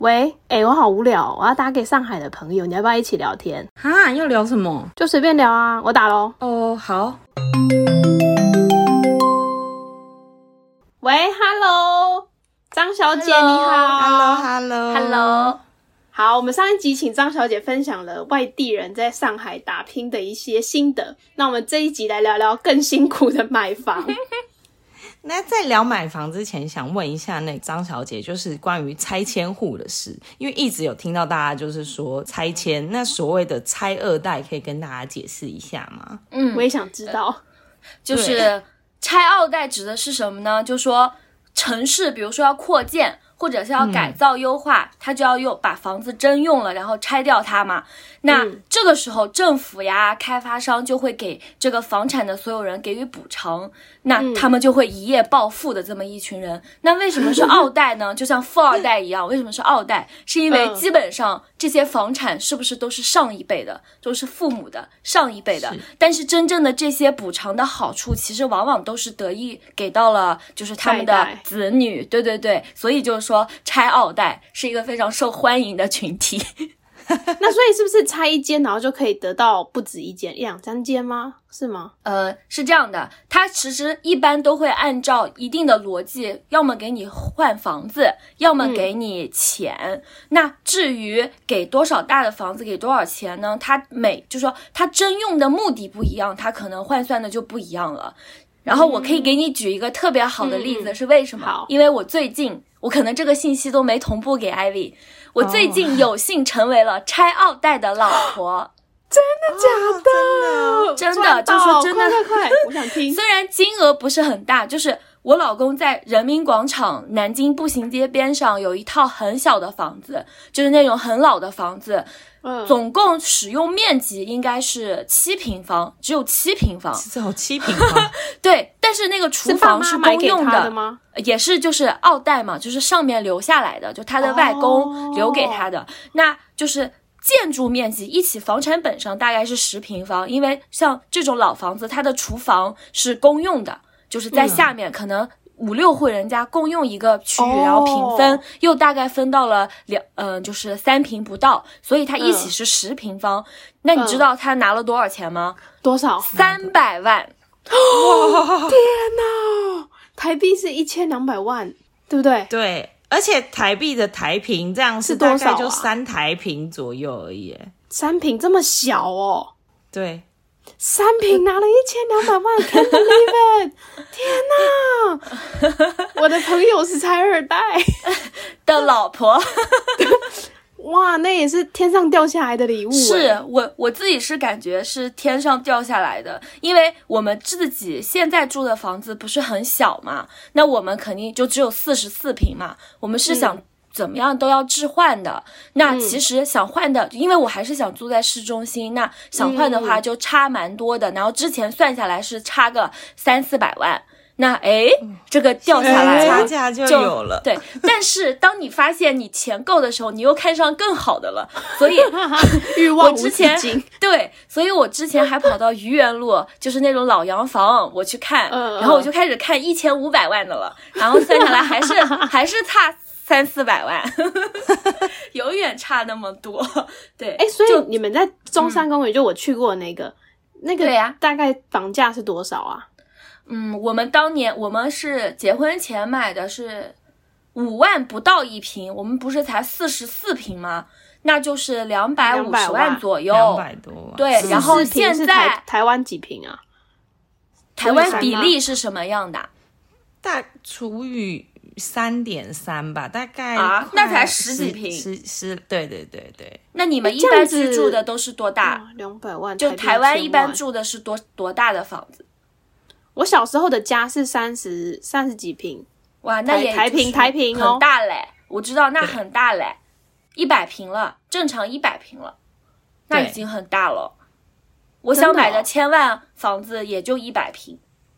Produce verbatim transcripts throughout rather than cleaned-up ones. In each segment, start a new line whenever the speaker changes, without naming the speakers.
喂，哎、欸，我好无聊，我要打给上海的朋友，你要不要一起聊天？
哈，要聊什么？
就随便聊啊，我打咯。
哦，好。
喂 ，Hello， 张小姐
Hello,
你好。
Hello，Hello，Hello。
好，我们上一集请张小姐分享了外地人在上海打拼的一些心得，那我们这一集来聊聊更辛苦的买房。
那在聊买房之前，想问一下那张小姐，就是关于拆迁户的事，因为一直有听到大家就是说拆迁，那所谓的拆二代，可以跟大家解释一下吗？
嗯，我也想知道。
就是拆二代指的是什么呢？就说城市，比如说要扩建，或者是要改造优化，嗯、它就要用把房子征用了，然后拆掉它嘛。那、嗯、这个时候政府呀、开发商就会给这个房产的所有人给予补偿，那他们就会一夜暴富的这么一群人。嗯、那为什么是二代呢？就像富二代一样，为什么是二代？是因为基本上这些房产是不是都是上一辈的，都是父母的上一辈的？但是真正的这些补偿的好处，其实往往都是得益给到了就是他们的子女。对对对，所以就是说拆二代是一个非常受欢迎的群体。
那所以是不是拆一间然后就可以得到不止一间，一两三间吗？是吗？
呃，是这样的，它其实一般都会按照一定的逻辑，要么给你换房子，要么给你钱。嗯、那至于给多少大的房子，给多少钱呢？它每就是说它征用的目的不一样，它可能换算的就不一样了。然后我可以给你举一个特别好的例子，嗯、是为什么？好，因为我最近我可能这个信息都没同步给 Ivy， 我最近有幸成为了拆二代的老婆。哦
真的假的？
哦、真的，就是真的，
快快快！我想听。
虽然金额不是很大，就是我老公在人民广场南京步行街边上有一套很小的房子，就是那种很老的房子，嗯，总共使用面积应该是七平方，只有七平方，
只有七平方。
对，但是那个厨房是公用
的, 的吗？
也是就是二代嘛，就是上面留下来的，就他的外公留给他的，哦、那就是。建筑面积一起房产本上大概是十平方，因为像这种老房子，它的厨房是公用的，就是在下面可能五六户人家共用一个区域，嗯、然后平分又大概分到了两，呃，就是三平不到，所以它一起是十平方。嗯、那你知道他拿了多少钱吗？
多少？
三百万！
哇！天哪，台币是一千两百万，对不对？
对。而且台币的台平这样是大概就三台平左右而已。
三平这么小哦？
对，
三平拿了一千两百万 ，Can't believe it！ 天哪，我的朋友是拆二代
的老婆。
哇，那也是天上掉下来的礼物。
是我我自己是感觉是天上掉下来的，因为我们自己现在住的房子不是很小嘛，那我们肯定就只有四十四平嘛，我们是想怎么样都要置换的。嗯、那其实想换的，因为我还是想住在市中心，那想换的话就差蛮多的，嗯、然后之前算下来是差个三四百万。那诶这个掉下来
差价就有了。
对，但是当你发现你钱够的时候，你又看上更好的了，所以
欲望无止境。
对，所以我之前还跑到愚园路，就是那种老洋房，我去看，
嗯、
然后我就开始看一千五百万的了，然后算下来还是还是差三四百万，永远差那么多。对，
哎，所以你们在中山公园，嗯、就我去过那个，那个
对呀，
大概房价是多少啊？
嗯，我们当年我们是结婚前买的是五万不到一平，我们不是才四十四平吗？那就是两百五十万左右，
两百多万。
对，然后现在
台台湾几平啊？
台湾比例是什么样的？
大除以三点三吧，大概
啊，那才十几平，
十十，对对对对。
那你们一般居住的都是多大？
两百万，
就台湾一般住的是多多大的房子？
我小时候的家是三十三十几平，
哇，那也
台平台平哦，
很大嘞。我知道那很大嘞，一百平了，正常一百平了，那已经很大了。我想买的千万房子也就一百平。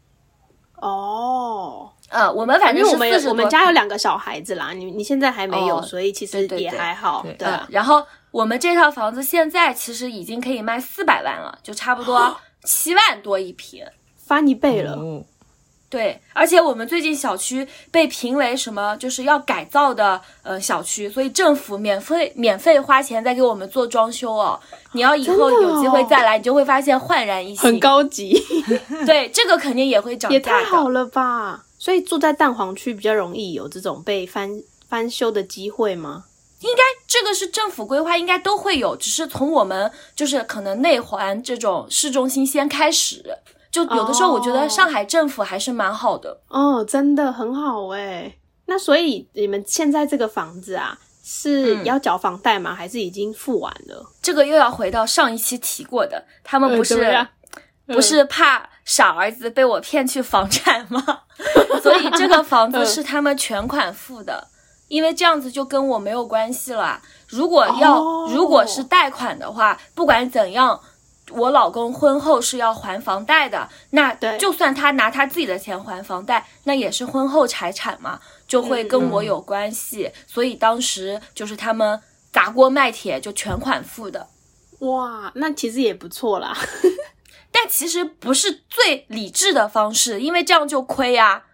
哦，
呃，我们反正是四十多平，
因为我们我们家有两个小孩子啦，你你现在还没有，哦、所以其实也还好。
对, 对,
对, 对、
嗯，然后我们这套房子现在其实已经可以卖四百万了，就差不多七万多一平。
翻一倍了，
哦、
对，而且我们最近小区被评为什么就是要改造的呃小区，所以政府免费免费花钱在给我们做装修哦。你要以后有机会再来，哦、你就会发现焕然一新，
很高级。
对，这个肯定也会涨价的。
也太好了吧！所以住在蛋黄区比较容易有这种被翻翻修的机会吗？
应该这个是政府规划，应该都会有，只是从我们就是可能内环这种市中心先开始。就有的时候我觉得上海政府还是蛮好的。
哦，真的很好耶。那所以你们现在这个房子啊，是要缴房贷吗、嗯、还是已经付完了？
这个又要回到上一期提过的，他们不是、
呃
不是怕傻儿子被我骗去房产吗？所以这个房子是他们全款付的、嗯、因为这样子就跟我没有关系了。如果要、哦、如果是贷款的话，不管怎样我老公婚后是要还房贷的，那就算他拿他自己的钱还房贷，那也是婚后财产嘛，就会跟我有关系、嗯、所以当时就是他们砸锅卖铁就全款付的。
哇，那其实也不错啦。
但其实不是最理智的方式，因为这样就亏啊。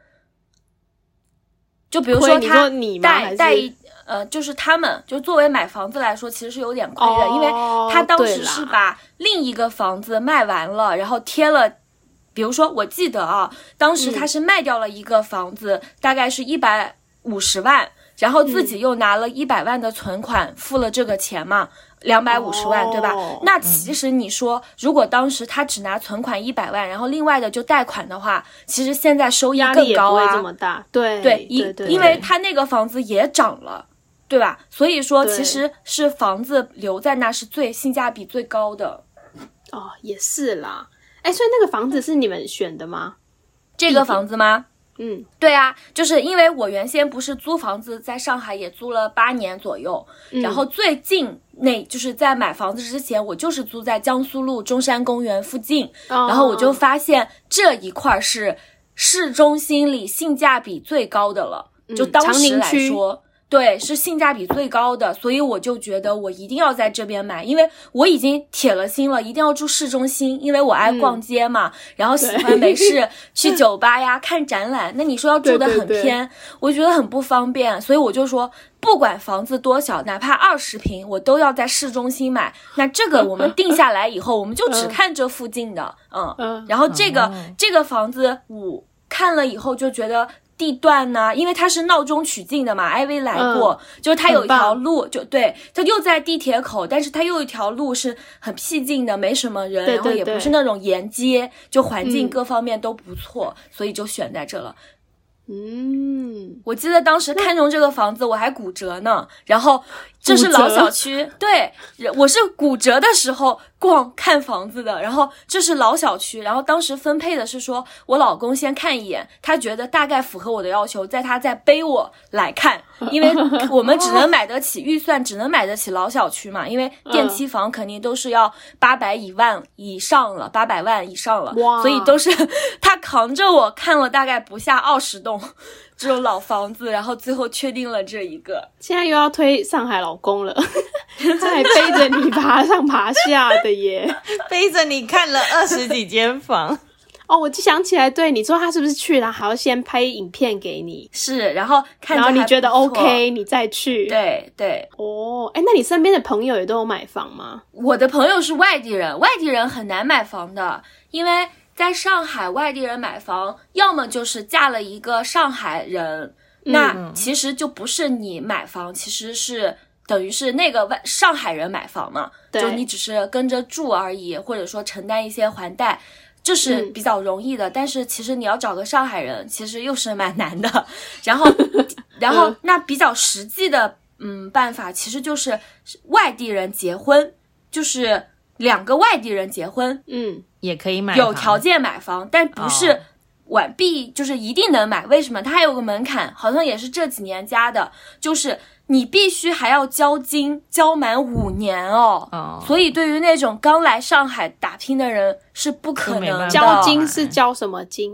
就比如说他贷贷呃，就是他们就作为买房子来说，其实是有点亏的、哦，因为他当时是把另一个房子卖完了，然后贴了，比如说我记得啊，当时他是卖掉了一个房子，嗯、大概是一百五十万，然后自己又拿了一百万的存款、嗯、付了这个钱嘛。两百五十万、哦、对吧？那其实你说、嗯、如果当时他只拿存款一百万，然后另外的就贷款的话，其实现在收益更高啊，压力也不
会这么大。对
对，
对对，
因为他那个房子也涨了，对吧？所以说其实是房子留在那是最性价比最高的。
哦，也是啦。哎，所以那个房子是你们选的吗？
这个房子吗？
嗯，
对啊，就是因为我原先不是租房子，在上海也租了八年左右、嗯、然后最近那就是在买房子之前，我就是租在江苏路中山公园附近、哦、然后我就发现这一块是市中心里性价比最高的了、嗯、就当时来说，对，是性价比最高的，所以我就觉得我一定要在这边买，因为我已经铁了心了，一定要住市中心，因为我爱逛街嘛、嗯、然后喜欢没事去酒吧呀看展览，那你说要住得很偏，对对对，我觉得很不方便，所以我就说不管房子多小，哪怕二十平我都要在市中心买。那这个我们定下来以后我们就只看这附近的嗯, 嗯然后这个、嗯、这个房子我看了以后就觉得地段呢、啊，因为它是闹中取静的嘛，艾薇来过、嗯、就是它有一条路，就对，它又在地铁口，但是它又有一条路是很僻静的，没什么人，
对对对，
然后也不是那种沿街，就环境各方面都不错、嗯、所以就选在这了。嗯，我记得当时看中这个房子我还骨折呢，然后这是老小区，对，我是骨折的时候逛看房子的，然后这是老小区，然后当时分配的是说我老公先看一眼，他觉得大概符合我的要求，在他再背我来看，因为我们只能买得起预算只能买得起老小区嘛，因为电梯房肯定都是要八百一万以上了，八百万以上了，所以都是他扛着我看了大概不下二十栋这种老房子，然后最后确定了这一个。
现在又要推上海老公了，他还背着你爬上爬下的耶，
背着你看了二十几间房。
哦，我就想起来，对，你说他是不是去了还要先拍影片给你？
是，然后看着还不错，
然后你觉得 OK 你再去。
对对。
哦，哎，那你身边的朋友也都有买房吗？
我的朋友是外地人，外地人很难买房的，因为在上海外地人买房要么就是嫁了一个上海人、嗯、那其实就不是你买房，其实是等于是那个外上海人买房嘛，就你只是跟着住而已，或者说承担一些还贷，这是比较容易的、嗯、但是其实你要找个上海人其实又是蛮难的，然后然后那比较实际的嗯办法其实就是外地人结婚，就是两个外地人结婚，
嗯，也可以买房，
有条件买房，但不是完毕、哦、就是一定能买。为什么？它还有个门槛，好像也是这几年加的，就是你必须还要交金，交满五年哦。哦，所以对于那种刚来上海打拼的人是不可能的。
交金是交什么金啊？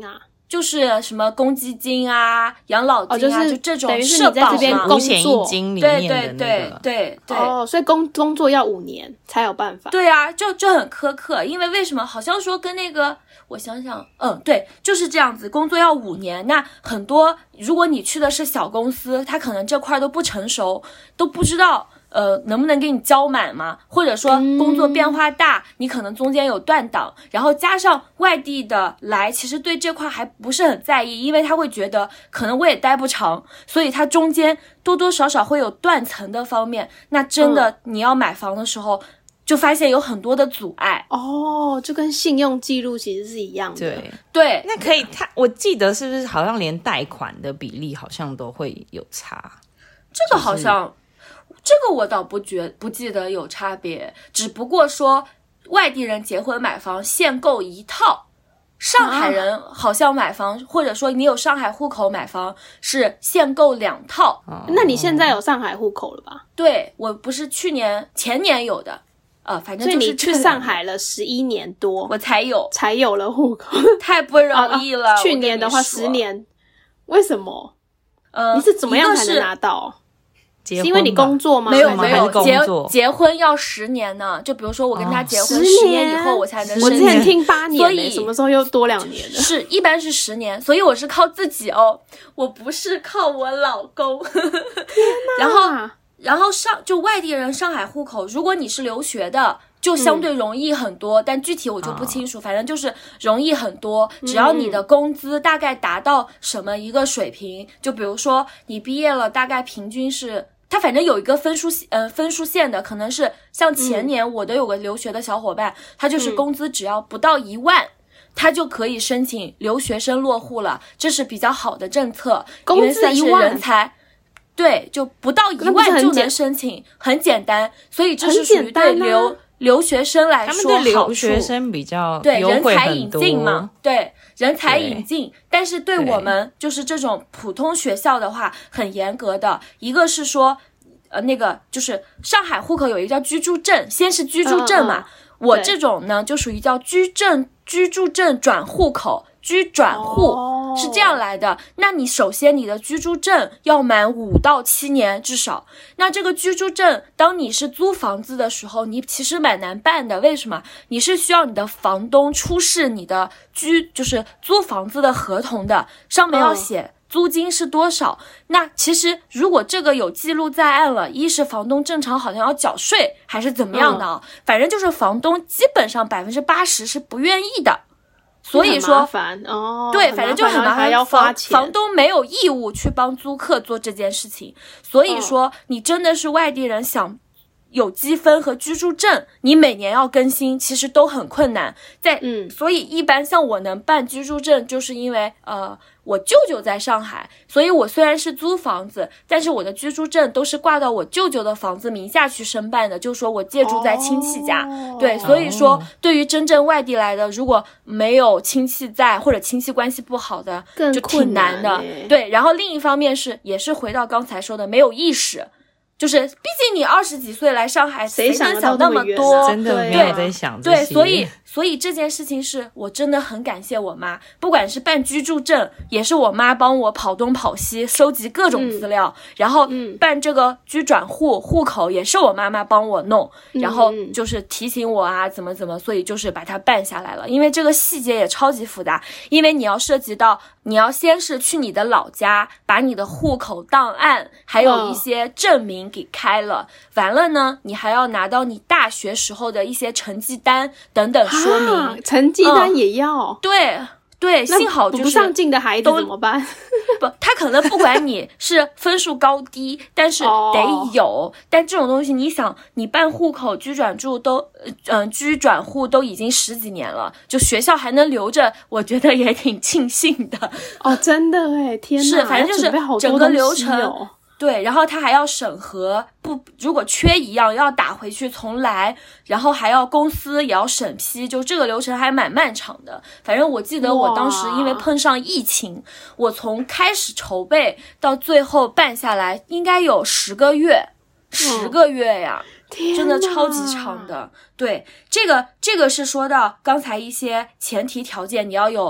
就是什么公积金啊、养老金啊，
哦、就是、
就这种
等于是
社保
你在这边
嘛，
五险一金里面的那个，
对对对对对。
哦，所以工工作要五年才有办法。
对啊，就就很苛刻，因为为什么？好像说跟那个，我想想，嗯，对，就是这样子，工作要五年。那很多，如果你去的是小公司，他可能这块都不成熟，都不知道。呃，能不能给你交满吗？或者说工作变化大、嗯、你可能中间有断档，然后加上外地的来，其实对这块还不是很在意，因为他会觉得可能我也待不长，所以他中间多多少少会有断层的方面。那真的你要买房的时候、嗯、就发现有很多的阻碍。
哦，就跟信用记录其实是一样的。
对
对，
那可以他我记得是不是好像连贷款的比例好像都会有差？
这个好像、就是这个我倒不觉不记得有差别，只不过说外地人结婚买房限购一套，上海人好像买房、啊、或者说你有上海户口买房是限购两套、
哦、那你现在有上海户口了吧？
对，我不是去年前年有的，呃，反正就是
所以你去上海了十一年多
我才有
才有了户口，
太不容易了、
啊啊、去年的话十年，为什么？呃，你是怎么样才能拿到？是因为你工作吗？
没有没有，结
结
结婚要十年呢。就比如说我跟他结婚、哦、
十
年以后我才能申请。
我之前听八年，
所以
什么时候又多两年了？
是一般是十年，所以我是靠自己哦，我不是靠我老公。然后然后上就外地人上海户口，如果你是留学的。就相对容易很多、嗯、但具体我就不清楚、哦、反正就是容易很多，只要你的工资大概达到什么一个水平、嗯、就比如说你毕业了大概平均是它反正有一个分数呃分数线的，可能是像前年我都有个留学的小伙伴、嗯、他就是工资只要不到一万、嗯、他就可以申请留学生落户了，这是比较好的政策，
工资一万
人才对，就不到一万就能申请，很简单，所以这是属于对留留学生来说好处，
他们对留学生比较
对
优惠很多，
人才引进嘛，对人才引进。但是对我们就是这种普通学校的话，很严格的。一个是说，呃，那个就是上海户口有一个叫居住证，先是居住证嘛，嗯嗯我这种呢就属于叫居证居住证转户口。居转户、哦、是这样来的，那你首先你的居住证要满五到七年至少。那这个居住证当你是租房子的时候，你其实蛮难办的，为什么？你是需要你的房东出示你的居就是租房子的合同的，上面要写租金是多少、嗯、那其实如果这个有记录在案了，一是房东正常好像要缴税还是怎么样的、嗯、反正就是房东基本上百分之八十是不愿意的，所以说
麻烦哦，
对，反正就很麻烦，
还要花钱，
房东没有义务去帮租客做这件事情。所以说，你真的是外地人想有积分和居住证，你每年要更新，其实都很困难。在嗯，所以一般像我能办居住证，就是因为呃。我舅舅在上海，所以我虽然是租房子，但是我的居住证都是挂到我舅舅的房子名下去申办的，就是说我借住在亲戚家、哦、对，所以说对于真正外地来的，如果没有亲戚在或者亲戚关系不好的，就挺难的。对，然后另一方面是也是回到刚才说的没有意识，就是毕竟你二十几岁来上海，谁能想那么多？
真的没有在想这些。
对，所以所以这件事情是我真的很感谢我妈，不管是办居住证，也是我妈帮我跑东跑西收集各种资料、嗯、然后办这个居转户户口也是我妈妈帮我弄、嗯、然后就是提醒我啊怎么怎么，所以就是把它办下来了。因为这个细节也超级复杂，因为你要涉及到你要先是去你的老家把你的户口档案还有一些证明给开了、嗯、完了呢你还要拿到你大学时候的一些成绩单等等说明、啊、
成绩单也要、
嗯、对对，幸好就是
不上进的孩子怎么办？
不，他可能不管你是分数高低，但是得有、哦、但这种东西你想你办户口居转住都嗯、呃、居转户都已经十几年了，就学校还能留着，我觉得也挺庆幸的。
哦，真的耶，天哪，
是反正就是整个流程对，然后他还要审核，不，如果缺一样要打回去重来，然后还要公司也要审批，就这个流程还蛮漫长的。反正我记得我当时因为碰上疫情，我从开始筹备到最后办下来，应该有十个月，十个月呀，真的超级长的。对，这个这个是说到刚才一些前提条件，你要有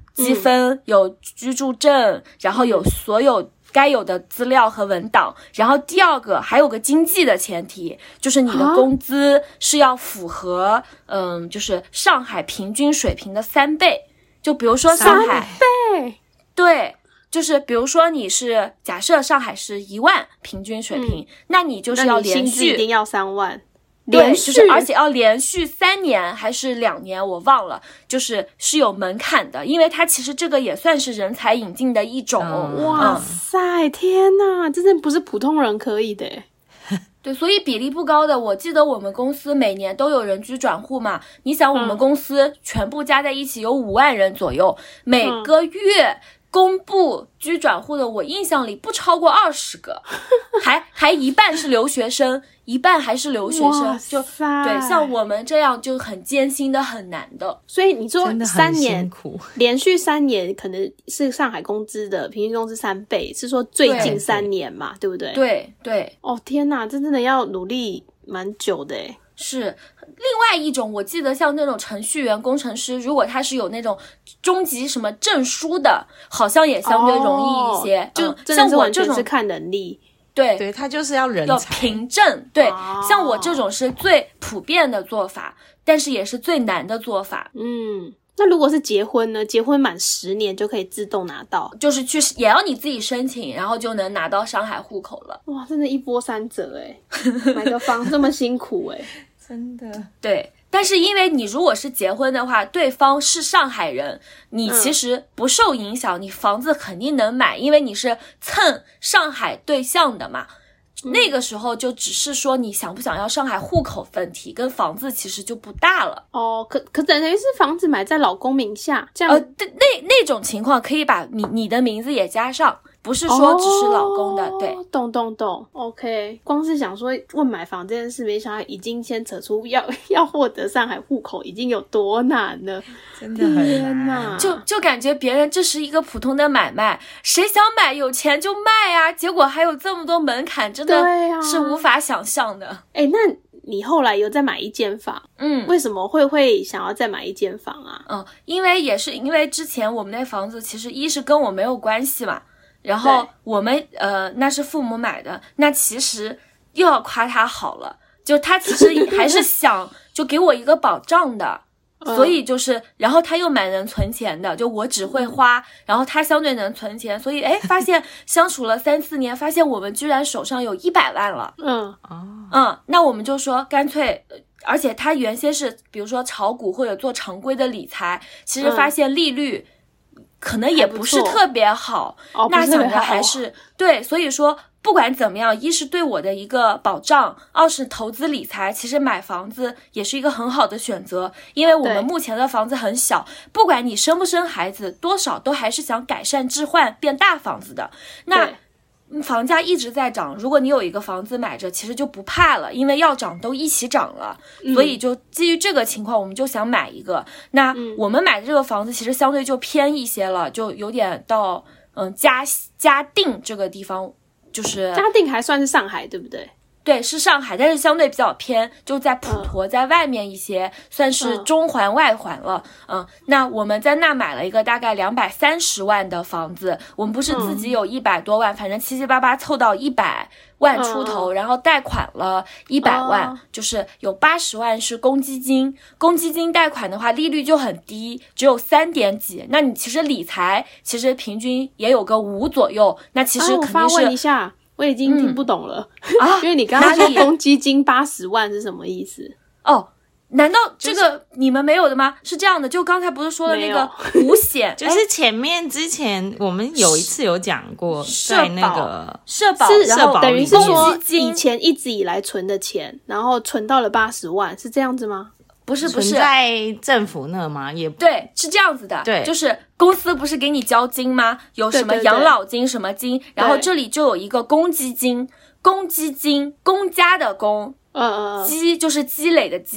积分、嗯、有居住证，然后有所有该有的资料和文档，然后第二个还有个经济的前提，就是你的工资是要符合嗯，就是上海平均水平的三倍。就比如说上海，
三倍，
对，就是比如说你是假设上海是一万平均水平，嗯、那你就是要连续，
那你薪资一定要三万。
对，就是而且要连续三年还是两年，我忘了，就是是有门槛的，因为它其实这个也算是人才引进的一种。
嗯、哇塞，天哪，这真不是普通人可以的。
对，所以比例不高的，我记得我们公司每年都有人居转户嘛，你想我们公司全部加在一起有五万人左右，嗯、每个月公布居转户的，我印象里不超过二十个，还还一半是留学生，一半还是留学生，就对，像我们这样就很艰辛的，很难的。
所以你说三年连续三年可能是上海工资的平均工资三倍，是说最近三年嘛， 对, 对不对？
对对。
哦天哪，这真的要努力蛮久的诶。
是。另外一种，我记得像那种程序员、工程师，如果他是有那种中级什么证书的，好像也相对容易一些。哦、就、嗯、像我这种
是看能力，
对
对，他就是要人才
要凭证。对、哦，像我这种是最普遍的做法，但是也是最难的做法。
嗯，那如果是结婚呢？结婚满十年就可以自动拿到，
就是去也要你自己申请，然后就能拿到上海户口了。
哇，真的一波三折诶买个房这么辛苦诶
真的。
对，但是因为你如果是结婚的话，对方是上海人，你其实不受影响、嗯、你房子肯定能买，因为你是蹭上海对象的嘛、嗯、那个时候就只是说你想不想要上海户口问题，跟房子其实就不大了。
哦，可可等于是房子买在老公名下，这样
呃，那那种情况可以把你你的名字也加上，不是说只是老公的。
哦、
对，
懂懂懂 OK。 光是想说问买房这件事，没想到已经牵扯出要要获得上海户口已经有多难了，
真的很
难。
就就感觉别人这是一个普通的买卖，谁想买有钱就卖啊，结果还有这么多门槛，真的是无法想象的。
哎、啊，那你后来有再买一间房？
嗯，
为什么会会想要再买一间房啊？
嗯，因为也是因为之前我们那房子其实一是跟我没有关系嘛，然后我们呃那是父母买的，那其实又要夸他好了，就他其实还是想就给我一个保障的。所以就是然后他又蛮能存钱的，就我只会花，然后他相对能存钱，所以诶发现相处了三四年，发现我们居然手上有一百万了。
嗯
嗯，那我们就说干脆，而且他原先是比如说炒股或者做常规的理财，其实发现利率可能也不是特别好，
哦、
那想着还是、哦、对，所以说不管怎么样，一是对我的一个保障，二是投资理财，其实买房子也是一个很好的选择，因为我们目前的房子很小，不管你生不生孩子，多少都还是想改善置换变大房子的。那房价一直在涨，如果你有一个房子买着，其实就不怕了，因为要涨都一起涨了、嗯、所以就基于这个情况，我们就想买一个。那我们买的这个房子其实相对就偏一些了，就有点到嗯嘉嘉定这个地方，就是
嘉定还算是上海对不对？
对，是上海，但是相对比较偏，就在普陀在外面一些、嗯、算是中环外环了。嗯，那我们在那买了一个大概两百三十万的房子，我们不是自己有一百多万、嗯、反正七七八八凑到一百万出头、嗯、然后贷款了一百万、嗯、就是有八十万是公积金，公积金贷款的话利率就很低，只有三点几，那你其实理财其实平均也有个五左右，那其实肯定是、啊、
我发问一下，我已经听不懂了、嗯、啊，因为你刚刚说公积金八十万是什么意思？
哦，难道这个你们没有的吗？就是、是这样的，就刚才不是说的那个五险，
就是前面之前我们有一次有讲过，在那个
社保，
是
然后
等于是说以前一直以来存的钱，然后存到了八十万，是这样子吗？
不是不是，
存在政府那吗？也
对，是这样子的。对，就是公司不是给你交金吗？有什么养老金什么金，然后这里就有一个公积金，公积金，公家的公，
嗯嗯，
积就是积累的积，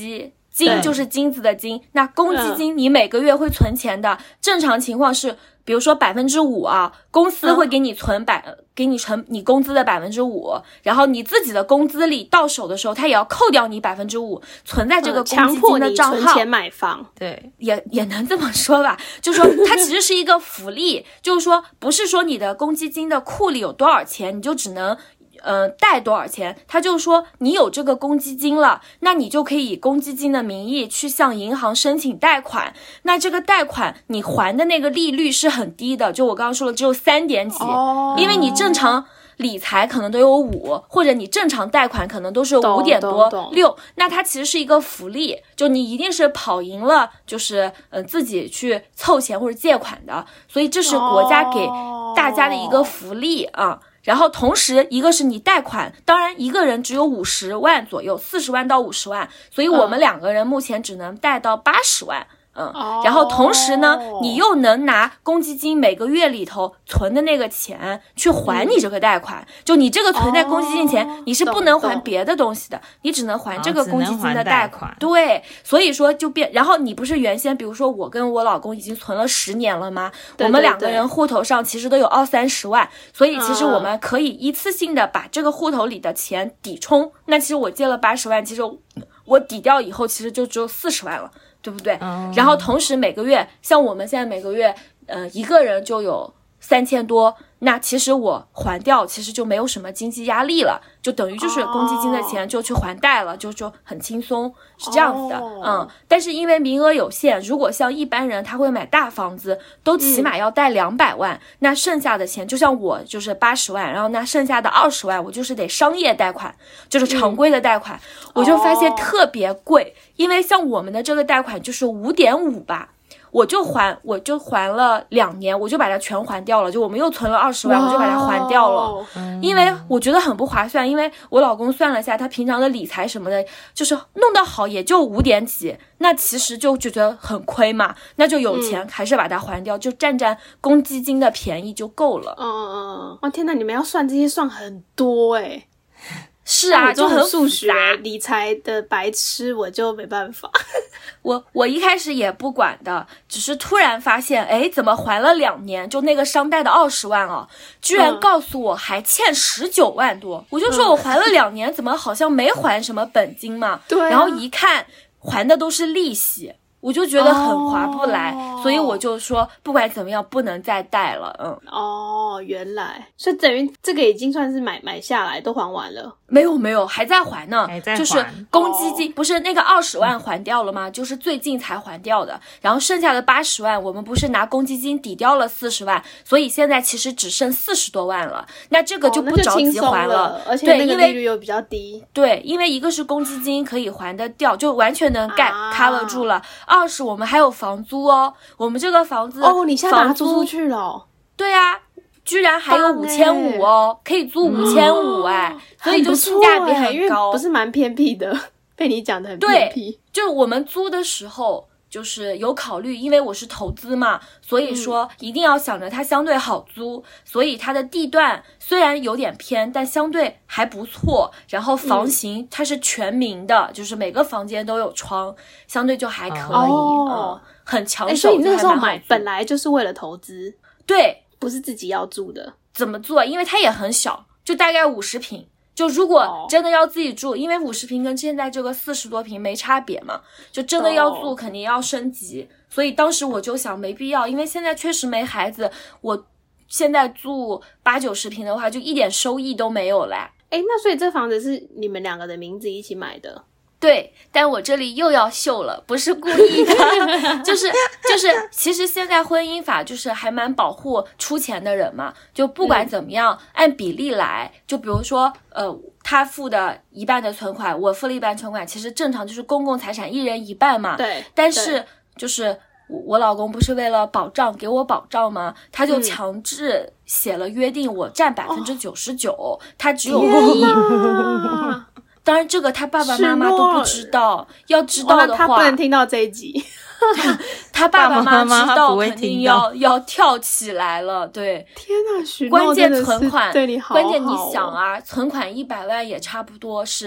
金就是金子的金，那公积金你每个月会存钱的，嗯、正常情况是，比如说百分之五啊，公司会给你存百、嗯，给你存你工资的百分之五，然后你自己的工资里到手的时候，他也要扣掉你百分之五，存在这个公积金的账号。
强迫你存钱买房，
对，
也也能这么说吧，就是说它其实是一个福利，就是说不是说你的公积金的库里有多少钱，你就只能。呃，贷多少钱？他就说你有这个公积金了，那你就可以以公积金的名义去向银行申请贷款。那这个贷款你还的那个利率是很低的，就我刚刚说的只有三点几，哦、因为你正常理财可能都有五，或者你正常贷款可能都是五点多六，那它其实是一个福利，就你一定是跑赢了，就是呃自己去凑钱或者借款的，所以这是国家给大家的一个福利啊。然后同时一个是你贷款，当然一个人只有五十万左右，四十万到五十万，所以我们两个人目前只能贷到八十万。嗯，然后同时呢，你又能拿公积金每个月里头存的那个钱去还你这个贷款，嗯、就你这个存在公积金钱，哦、你是不能还别的东西的，你只能还这个公积金的贷款。对，所以说就变，然后你不是原先，比如说我跟我老公已经存了十年了吗？对对对，我们两个人户头上其实都有二三十万，所以其实我们可以一次性的把这个户头里的钱抵充。嗯、那其实我借了八十万，其实我抵掉以后，其实就只有四十万了。对不对？嗯、然后同时每个月，像我们现在每个月，呃，一个人就有三千多，那其实我还掉，其实就没有什么经济压力了，就等于就是公积金的钱就去还贷了，哦、就就很轻松，是这样子的。哦、嗯，但是因为名额有限，如果像一般人他会买大房子，都起码要贷两百万，嗯、那剩下的钱，就像我就是八十万，然后那剩下的二十万，我就是得商业贷款，就是常规的贷款，嗯、我就发现特别贵。哦，因为像我们的这个贷款就是五点五吧，我就还我就还了两年，我就把它全还掉了，就我们又存了二十万，我就把它还掉了，因为我觉得很不划算，因为我老公算了下，他平常的理财什么的，就是弄得好也就五点几，那其实就觉得很亏嘛，那就有钱还是把它还掉，嗯、就占占公积金的便宜就够了。
嗯嗯嗯，哇天哪，你们要算这些算很多诶、欸
是啊，就很
数学理财的白痴，我就没办法。
我我一开始也不管的，只是突然发现，哎，怎么还了两年，就那个商贷的二十万啊，居然告诉我还欠十九万多，嗯、我就说我还了两年，怎么好像没还什么本金嘛？对、啊。然后一看，还的都是利息。我就觉得很划不来，哦、所以我就说不管怎么样不能再贷了。嗯，
哦，原来，所以等于这个已经算是买买下来都还完了。
没有没有，还在还呢，
还在还，
就是公积金、哦、不是那个二十万还掉了吗？嗯、就是最近才还掉的，然后剩下的八十万，我们不是拿公积金抵掉了四十万，所以现在其实只剩四十多万了。那这个就不着急还了，
哦、了而且那个利率又比较低。
对，因为一个是公积金可以还得掉，就完全能盖、啊、cover 住了。二是我们还有房租哦，我们这个房子
哦，你现在把它租出去了、哦？
对啊。居然还有五千五哦，可以租五千五哎，所以就性价比很高，
因为不是蛮偏僻的，被你讲的很偏僻。
对，就我们租的时候就是有考虑，因为我是投资嘛，所以说一定要想着它相对好租，嗯、所以它的地段虽然有点偏，但相对还不错。然后房型它是全明的，嗯、就是每个房间都有窗，相对就还可以，
哦、
嗯，很抢手。
所以你那个时候买本来就是为了投资，
对。
不是自己要住的，
怎么做？因为它也很小，就大概五十平。就如果真的要自己住，哦、因为五十平跟现在这个四十多平没差别嘛，就真的要住肯定要升级。哦、所以当时我就想没必要，因为现在确实没孩子，我现在住八九十平的话，就一点收益都没有啦。
诶，那所以这房子是你们两个的名字一起买的？
对，但我这里又要秀了，不是故意的，就是就是，其实现在婚姻法就是还蛮保护出钱的人嘛，就不管怎么样，嗯、按比例来，就比如说，呃，他付的一半的存款，我付了一半存款，其实正常就是公共财产一人一半嘛。
对，
但是就是我老公不是为了保障给我保障吗？他就强制写了约定，我占百分之九十九，他只有一。当然这个他爸爸妈妈都不知道，要知道的话、
哦、他不能听到这一集
他爸爸妈妈知道肯定要要跳起来了。对，
天哪，许诺
关键存款
对你好好、哦、
关键你想啊，存款一百万也差不多是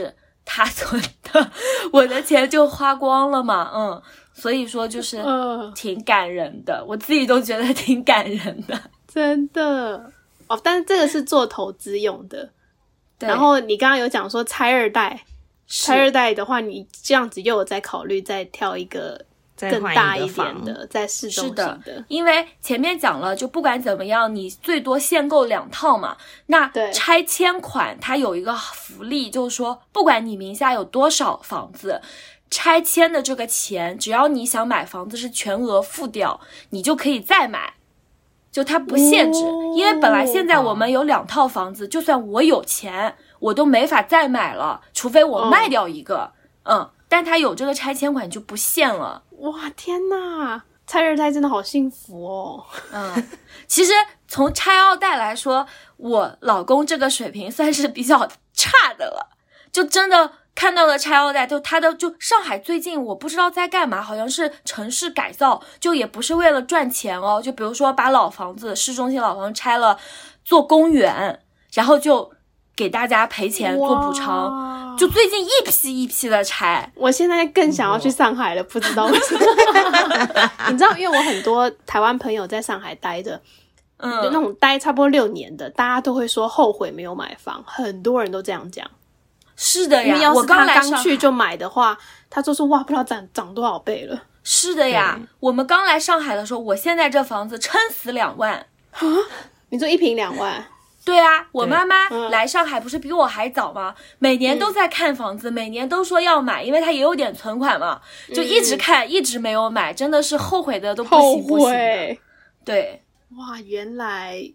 他存的，我的钱就花光了嘛，嗯，所以说就是挺感人的，呃、我自己都觉得挺感人的，
真的哦。但是这个是做投资用的，然后你刚刚有讲说拆二代，拆二代的话，你这样子又有在考虑再挑一个更大一点的，在市中心 的,
的，因为前面讲了，就不管怎么样，你最多限购两套嘛。那拆迁款它有一个福利，就是说，不管你名下有多少房子，拆迁的这个钱，只要你想买房子是全额付掉，你就可以再买，就它不限制。哦、因为本来现在我们有两套房子，就算我有钱，我都没法再买了，除非我卖掉一个，哦、嗯。但它有这个拆迁款就不限了。
哇，天哪，拆二代真的好幸福哦。
嗯，其实从拆二代来说，我老公这个水平算是比较差的了，就真的看到了拆二代，就他的就上海最近我不知道在干嘛，好像是城市改造，就也不是为了赚钱哦，就比如说把老房子市中心老房子拆了做公园，然后就给大家赔钱做补偿，就最近一批一批的拆。
我现在更想要去上海了，不知道为什么。你知道，因为我很多台湾朋友在上海待着，嗯，那种待差不多六年的，大家都会说后悔没有买房，很多人都这样讲。
是的呀，
我刚来刚去就买的话，他就说哇，不知道涨涨多少倍了。
是的呀，我们刚来上海的时候，我现在这房子撑死两万
啊！你说一平两万？
对啊，我妈妈来上海不是比我还早吗？每年都在看房子，嗯、每年都说要买，因为她也有点存款嘛，就一直看，嗯、一直没有买，真的是后悔的都不行不行的。对，
哇，原来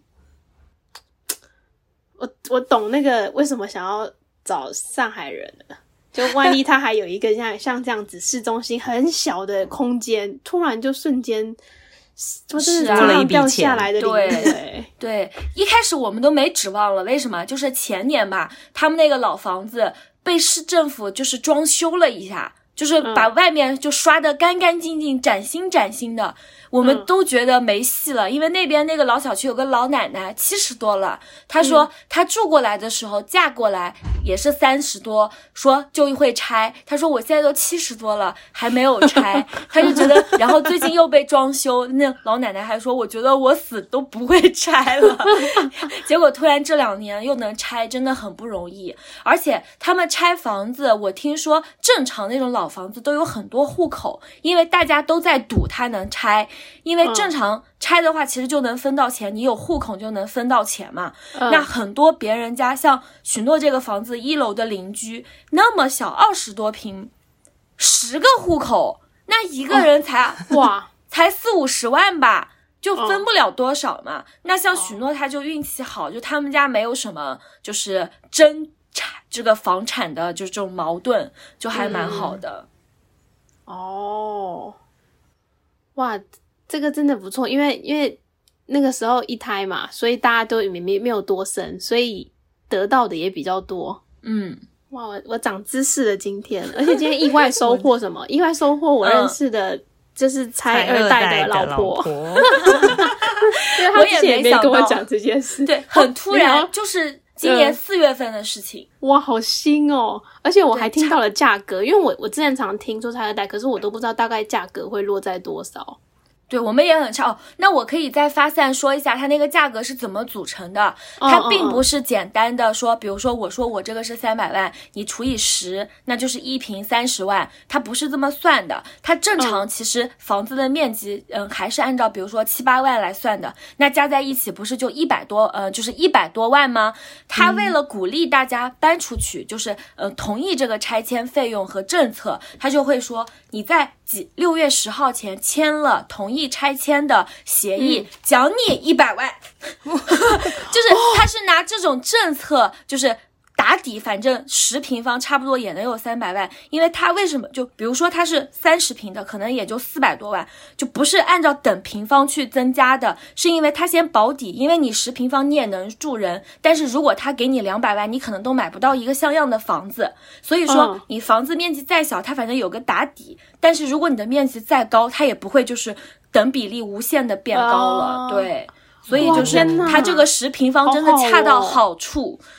我我懂那个为什么想要找上海人了。就万一他还有一个像像这样子市中心很小的空间，突然就瞬间。就是
多了一笔
掉下来的礼物，
对对，一开始我们都没指望了，为什么？就是前年吧，他们那个老房子被市政府就是装修了一下，就是把外面就刷得干干净净、崭新崭新的，我们都觉得没戏了，因为那边那个老小区有个老奶奶七十多了，她说她住过来的时候嫁过来也是三十多，说就会拆，她说我现在都七十多了还没有拆，她就觉得，然后最近又被装修，那老奶奶还说我觉得我死都不会拆了，结果突然这两年又能拆，真的很不容易。而且他们拆房子，我听说正常那种老房子都有很多户口，因为大家都在赌它能拆，因为正常拆的话其实就能分到钱，你有户口就能分到钱嘛。嗯、那很多别人家像许诺这个房子一楼的邻居那么小，二十多平，十个户口，那一个人才、哦、哇才四五十万吧，就分不了多少嘛。哦、那像许诺他就运气好，就他们家没有什么就是争产这个房产的就这种矛盾，就还蛮好的。
嗯、哦，哇，这个真的不错，因为因为那个时候一胎嘛，所以大家都没没没有多生，所以得到的也比较多。
嗯，
哇，我我长知识了今天，而且今天意外收获什么？意外收获我认识的就是拆二代的老婆，
嗯、
因为他之前也没跟我讲这件事，
对，很突然，就是今年四月份的事情。
哇，好新哦！而且我还听到了价格，因为我我之前常听说拆二代，可是我都不知道大概价格会落在多少。
对，我们也很差哦。那我可以再发散说一下它那个价格是怎么组成的。它并不是简单的说，比如说我说我这个是三百万，你除以十，那就是一平三十万，它不是这么算的。它正常其实房子的面积，嗯，还是按照比如说七八万来算的。那加在一起不是就一百多，呃，就是一百多万吗？它为了鼓励大家搬出去，就是呃同意这个拆迁费用和政策，它就会说你在几六月十号前签了同意拆迁的协议，嗯、奖你一百万，就是他是拿这种政策，就是打底，反正十平方差不多也能有三百万，因为他为什么就比如说他是三十平的，可能也就四百多万，就不是按照等平方去增加的，是因为他先保底，因为你十平方你也能住人，但是如果他给你两百万，你可能都买不到一个像样的房子，所以说你房子面积再小，它反正有个打底，但是如果你的面积再高，它也不会就是等比例无限的变高了，对，所以就是它这个十平方真的恰到好处。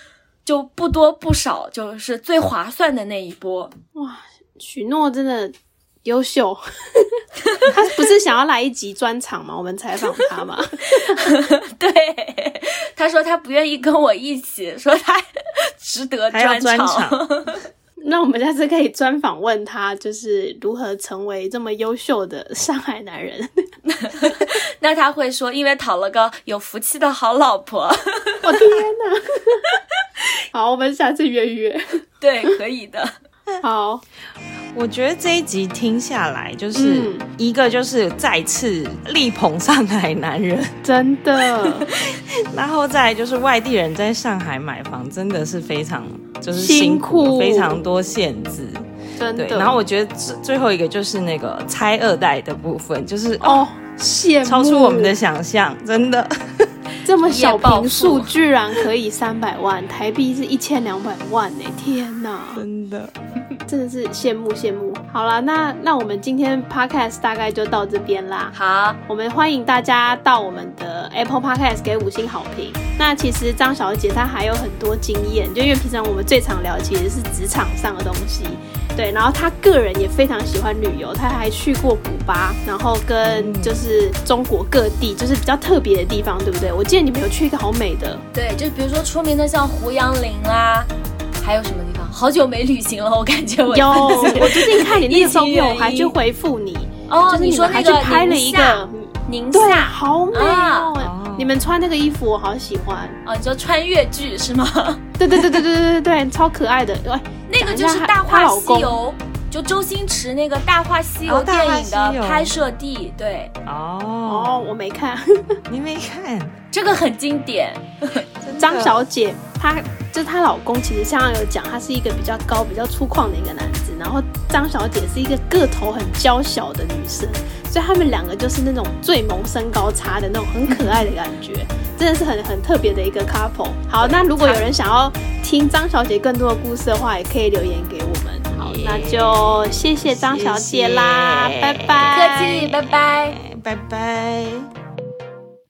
就不多不少，就是最划算的那一波。
哇，许诺真的优秀。他不是想要来一集专场吗？我们采访他嘛。
对，他说他不愿意跟我一起，说他值得专场。
专场
那我们下次可以专访问他，就是如何成为这么优秀的上海男人。
那他会说，因为讨了个有福气的好老婆。
我天哪！好，我们下次约约。
对，可以的。
好，
我觉得这一集听下来，就是一个就是再次力捧上海男人，
真的。
然后再来就是外地人在上海买房真的是非常就是辛苦，
辛苦
非常多限制。
真的。
对，然后我觉得最后一个就是那个拆二代的部分，就是
哦，羡慕，
超出我们的想象，真的。
这么小坪数居然可以三百万，台币是一千两百万呢！天哪，
真的，
真的是羡慕羡慕。好啦，那那我们今天 podcast 大概就到这边啦。
好，
我们欢迎大家到我们的 Apple Podcast 给五星好评。那其实张小姐她还有很多经验，就因为平常我们最常聊其实是职场上的东西。对，然后他个人也非常喜欢旅游，他还去过古巴，然后跟就是中国各地，就是比较特别的地方，对不对？我记得你们有去一个好美的，
对，就比如说出名的像胡杨林啦，还有什么地方？好久没旅行了，我感觉我
有，我最近看你那个照片，我还去回复你
哦，
就是
你说那
个拍了一个
宁
夏，
夏
好美哦、
啊！
你们穿那个衣服我好喜欢
哦，你说穿越剧是吗？
对对对对对对对对，超可爱的。喂，
那个就是《大话西游》，就周星驰那个《大话西游》电影的拍摄地。对，
哦
哦，我没看，
你没看，
这个很经典。
张小姐，她就是她老公，其实像刚有讲，他是一个比较高、比较粗犷的一个男子，然后张小姐是一个个头很娇小的女生，所以他们两个就是那种最萌身高差的那种很可爱的感觉，真的是很很特别的一个 couple。好，那如果有人想要听张小姐更多的故事的话，也可以留言给我们。好，那就谢谢张小姐啦，
谢谢
拜拜，
客气，拜拜，
拜拜。